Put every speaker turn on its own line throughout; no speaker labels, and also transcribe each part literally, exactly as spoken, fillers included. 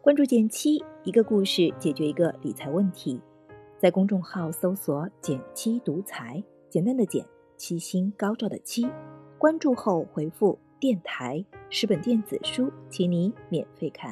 关注减七，一个故事解决一个理财问题。在公众号搜索减七独裁，简单的减，七星高照的七。关注后回复电台，十本电子书，请你免费看。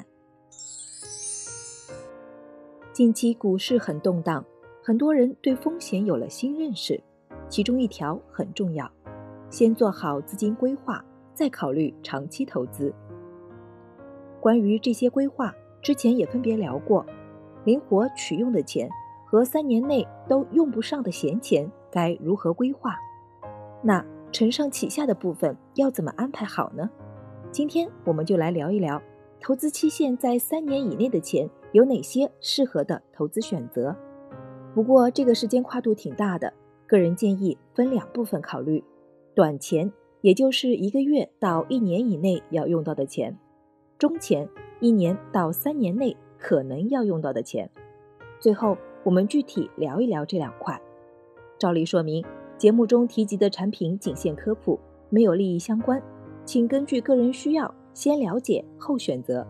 近期股市很动荡，很多人对风险有了新认识，其中一条很重要，先做好资金规划，再考虑长期投资。关于这些规划，之前也分别聊过，灵活取用的钱和三年内都用不上的闲钱该如何规划？那承上启下的部分要怎么安排好呢？今天我们就来聊一聊，投资期限在三年以内的钱有哪些适合的投资选择。不过这个时间跨度挺大的，个人建议分两部分考虑，短钱也就是一个月到一年以内要用到的钱，中钱一年到三年内可能要用到的钱。最后我们具体聊一聊这两块。照例说明，节目中提及的产品仅限科普，没有利益相关，请根据个人需要先了解后选择。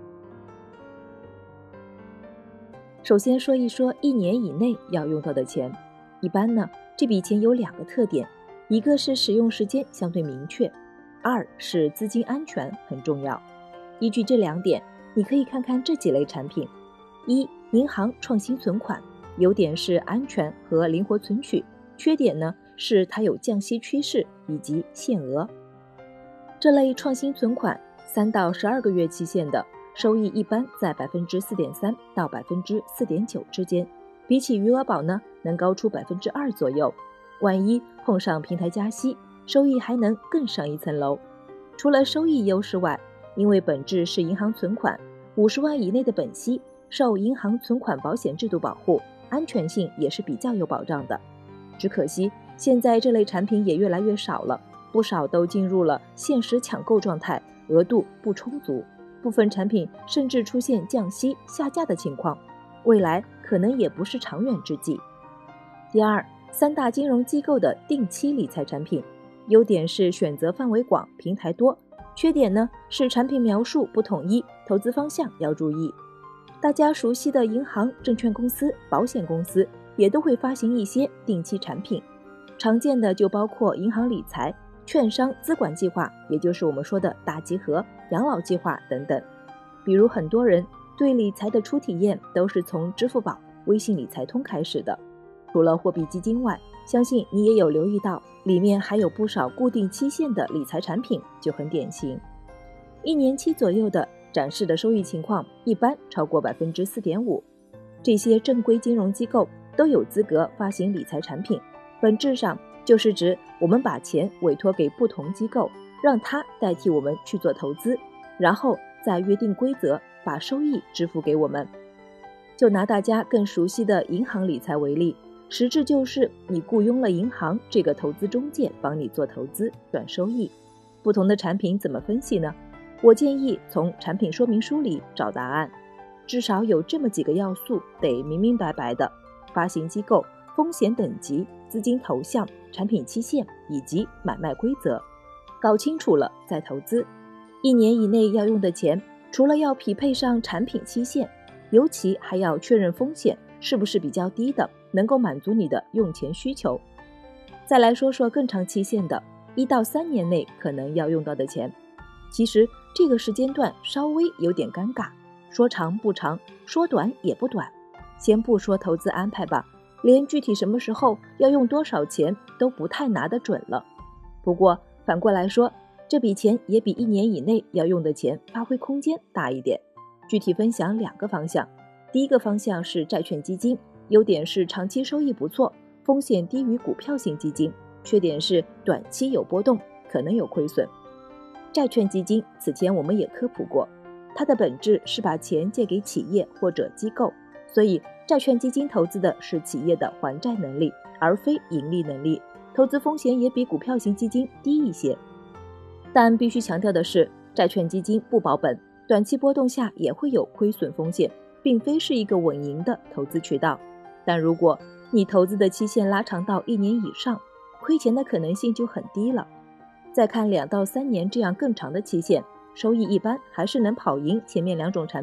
首先说一说一年以内要用到的钱。一般呢，这笔钱有两个特点，一个是使用时间相对明确，二是资金安全很重要。依据这两点，你可以看看这几类产品。一、银行创新存款，优点是安全和灵活存取，缺点呢是它有降息趋势以及限额。这类创新存款三到十二个月期限的，收益一般在 百分之四点三 到 百分之四点九 之间，比起余额宝呢能高出 百分之二 左右。万一碰上平台加息，收益还能更上一层楼。除了收益优势外，因为本质是银行存款，五十万以内的本息受银行存款保险制度保护，安全性也是比较有保障的。只可惜现在这类产品也越来越少了，不少都进入了限时抢购状态，额度不充足，部分产品甚至出现降息下架的情况，未来可能也不是长远之计。第二，三大金融机构的定期理财产品，优点是选择范围广，平台多，缺点呢是产品描述不统一，投资方向要注意。大家熟悉的银行、证券公司、保险公司也都会发行一些定期产品，常见的就包括银行理财、券商资管计划，也就是我们说的大集合、养老计划等等。比如很多人对理财的初体验都是从支付宝、微信理财通开始的，除了货币基金外，相信你也有留意到，里面还有不少固定期限的理财产品，就很典型。一年期左右的展示的收益情况一般超过 百分之四点五， 这些正规金融机构都有资格发行理财产品，本质上就是指我们把钱委托给不同机构，让它代替我们去做投资，然后再约定规则把收益支付给我们。就拿大家更熟悉的银行理财为例，实质就是你雇佣了银行这个投资中介帮你做投资赚收益。不同的产品怎么分析呢？我建议从产品说明书里找答案，至少有这么几个要素得明明白白的：发行机构、风险等级、资金投向、产品期限以及买卖规则。搞清楚了再投资。一年以内要用的钱，除了要匹配上产品期限，尤其还要确认风险是不是比较低的，能够满足你的用钱需求。再来说说更长期限的，一到三年内可能要用到的钱。其实这个时间段稍微有点尴尬，说长不长，说短也不短。先不说投资安排吧，连具体什么时候要用多少钱都不太拿得准了。不过反过来说，这笔钱也比一年以内要用的钱发挥空间大一点。具体分享两个方向。第一个方向是债券基金，优点是长期收益不错，风险低于股票型基金，缺点是短期有波动，可能有亏损。债券基金此前我们也科普过，它的本质是把钱借给企业或者机构，所以债券基金投资的是企业的还债能力，而非盈利能力，投资风险也比股票型基金低一些。但必须强调的是，债券基金不保本，短期波动下也会有亏损风险，并非是一个稳赢的投资渠道。但如果你投资的期限拉长到一年以上，亏钱的可能性就很低了。再看两到三年这样更长的期限，收益一般还是能跑赢前面两种产品，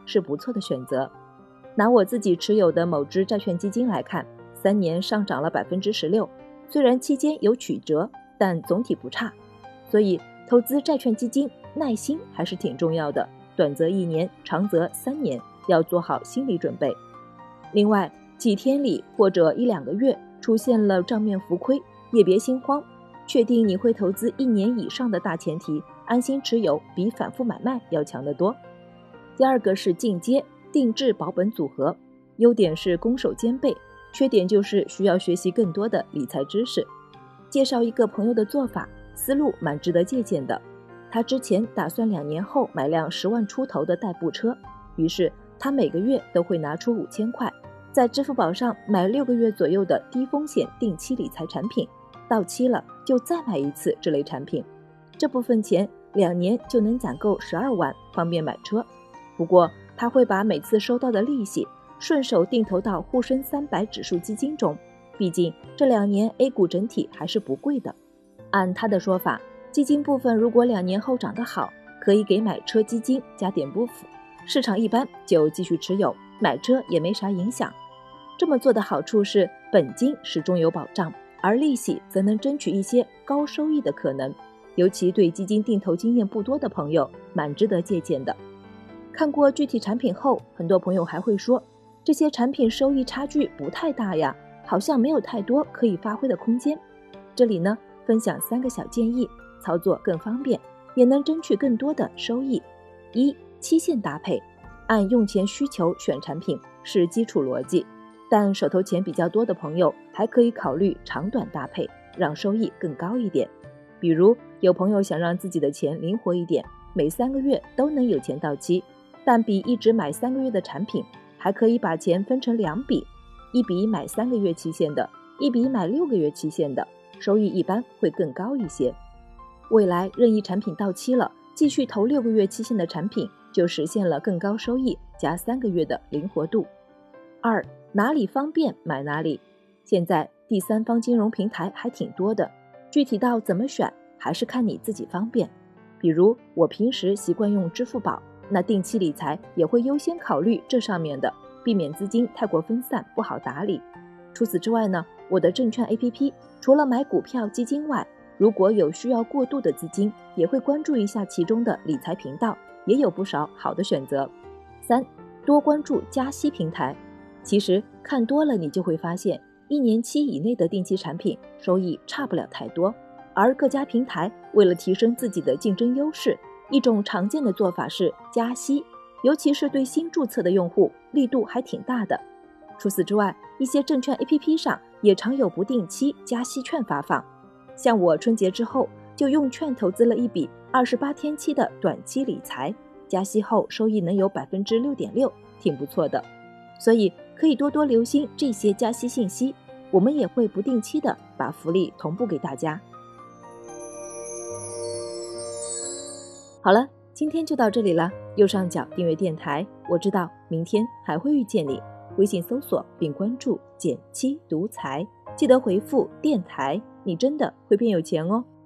是不错的选择。拿我自己持有的某只债券基金来看，三年上涨了 百分之十六， 虽然期间有曲折，但总体不差。所以投资债券基金，耐心还是挺重要的，短则一年，长则三年，要做好心理准备。另外，几天里或者一两个月出现了账面浮亏，也别心慌，确定你会投资一年以上的大前提，安心持有比反复买卖要强得多。第二个是进阶定制保本组合，优点是攻守兼备，缺点就是需要学习更多的理财知识。介绍一个朋友的做法，思路蛮值得借鉴的。他之前打算两年后买辆十万出头的代步车，于是他每个月都会拿出五千块，在支付宝上买六个月左右的低风险定期理财产品，到期了就再买一次这类产品，这部分钱两年就能攒够十二万，方便买车。不过他会把每次收到的利息顺手定投到沪深三百指数基金中，毕竟这两年 A 股整体还是不贵的。按他的说法，基金部分如果两年后涨得好，可以给买车基金加点波幅，市场一般就继续持有，买车也没啥影响。这么做的好处是本金始终有保障，而利息则能争取一些高收益的可能，尤其对基金定投经验不多的朋友蛮值得借鉴的。看过具体产品后，很多朋友还会说，这些产品收益差距不太大呀，好像没有太多可以发挥的空间。这里呢，分享三个小建议，操作更方便，也能争取更多的收益。一、期限搭配，按用钱需求选产品是基础逻辑，但手头钱比较多的朋友还可以考虑长短搭配，让收益更高一点。比如有朋友想让自己的钱灵活一点，每三个月都能有钱到期，但比一直买三个月的产品，还可以把钱分成两笔，一笔买三个月期限的，一笔买六个月期限的，收益一般会更高一些。未来任意产品到期了，继续投六个月期限的产品，就实现了更高收益加三个月的灵活度。二、哪里方便买哪里。现在第三方金融平台还挺多的，具体到怎么选，还是看你自己方便。比如我平时习惯用支付宝，那定期理财也会优先考虑这上面的，避免资金太过分散不好打理。除此之外呢，我的证券 A P P 除了买股票基金外，如果有需要过渡的资金，也会关注一下其中的理财频道，也有不少好的选择。三、多关注加息平台。其实看多了你就会发现，一年期以内的定期产品收益差不了太多，而各家平台为了提升自己的竞争优势，一种常见的做法是加息，尤其是对新注册的用户，力度还挺大的。除此之外，一些证券 A P P 上也常有不定期加息券发放。像我春节之后就用券投资了一笔二十八天期的短期理财，加息后收益能有 百分之六点六， 挺不错的。所以可以多多留心这些加息信息，我们也会不定期的把福利同步给大家。好了，今天就到这里了，右上角订阅电台，我知道明天还会遇见你。微信搜索并关注减七独裁，记得回复电台，你真的会变有钱哦。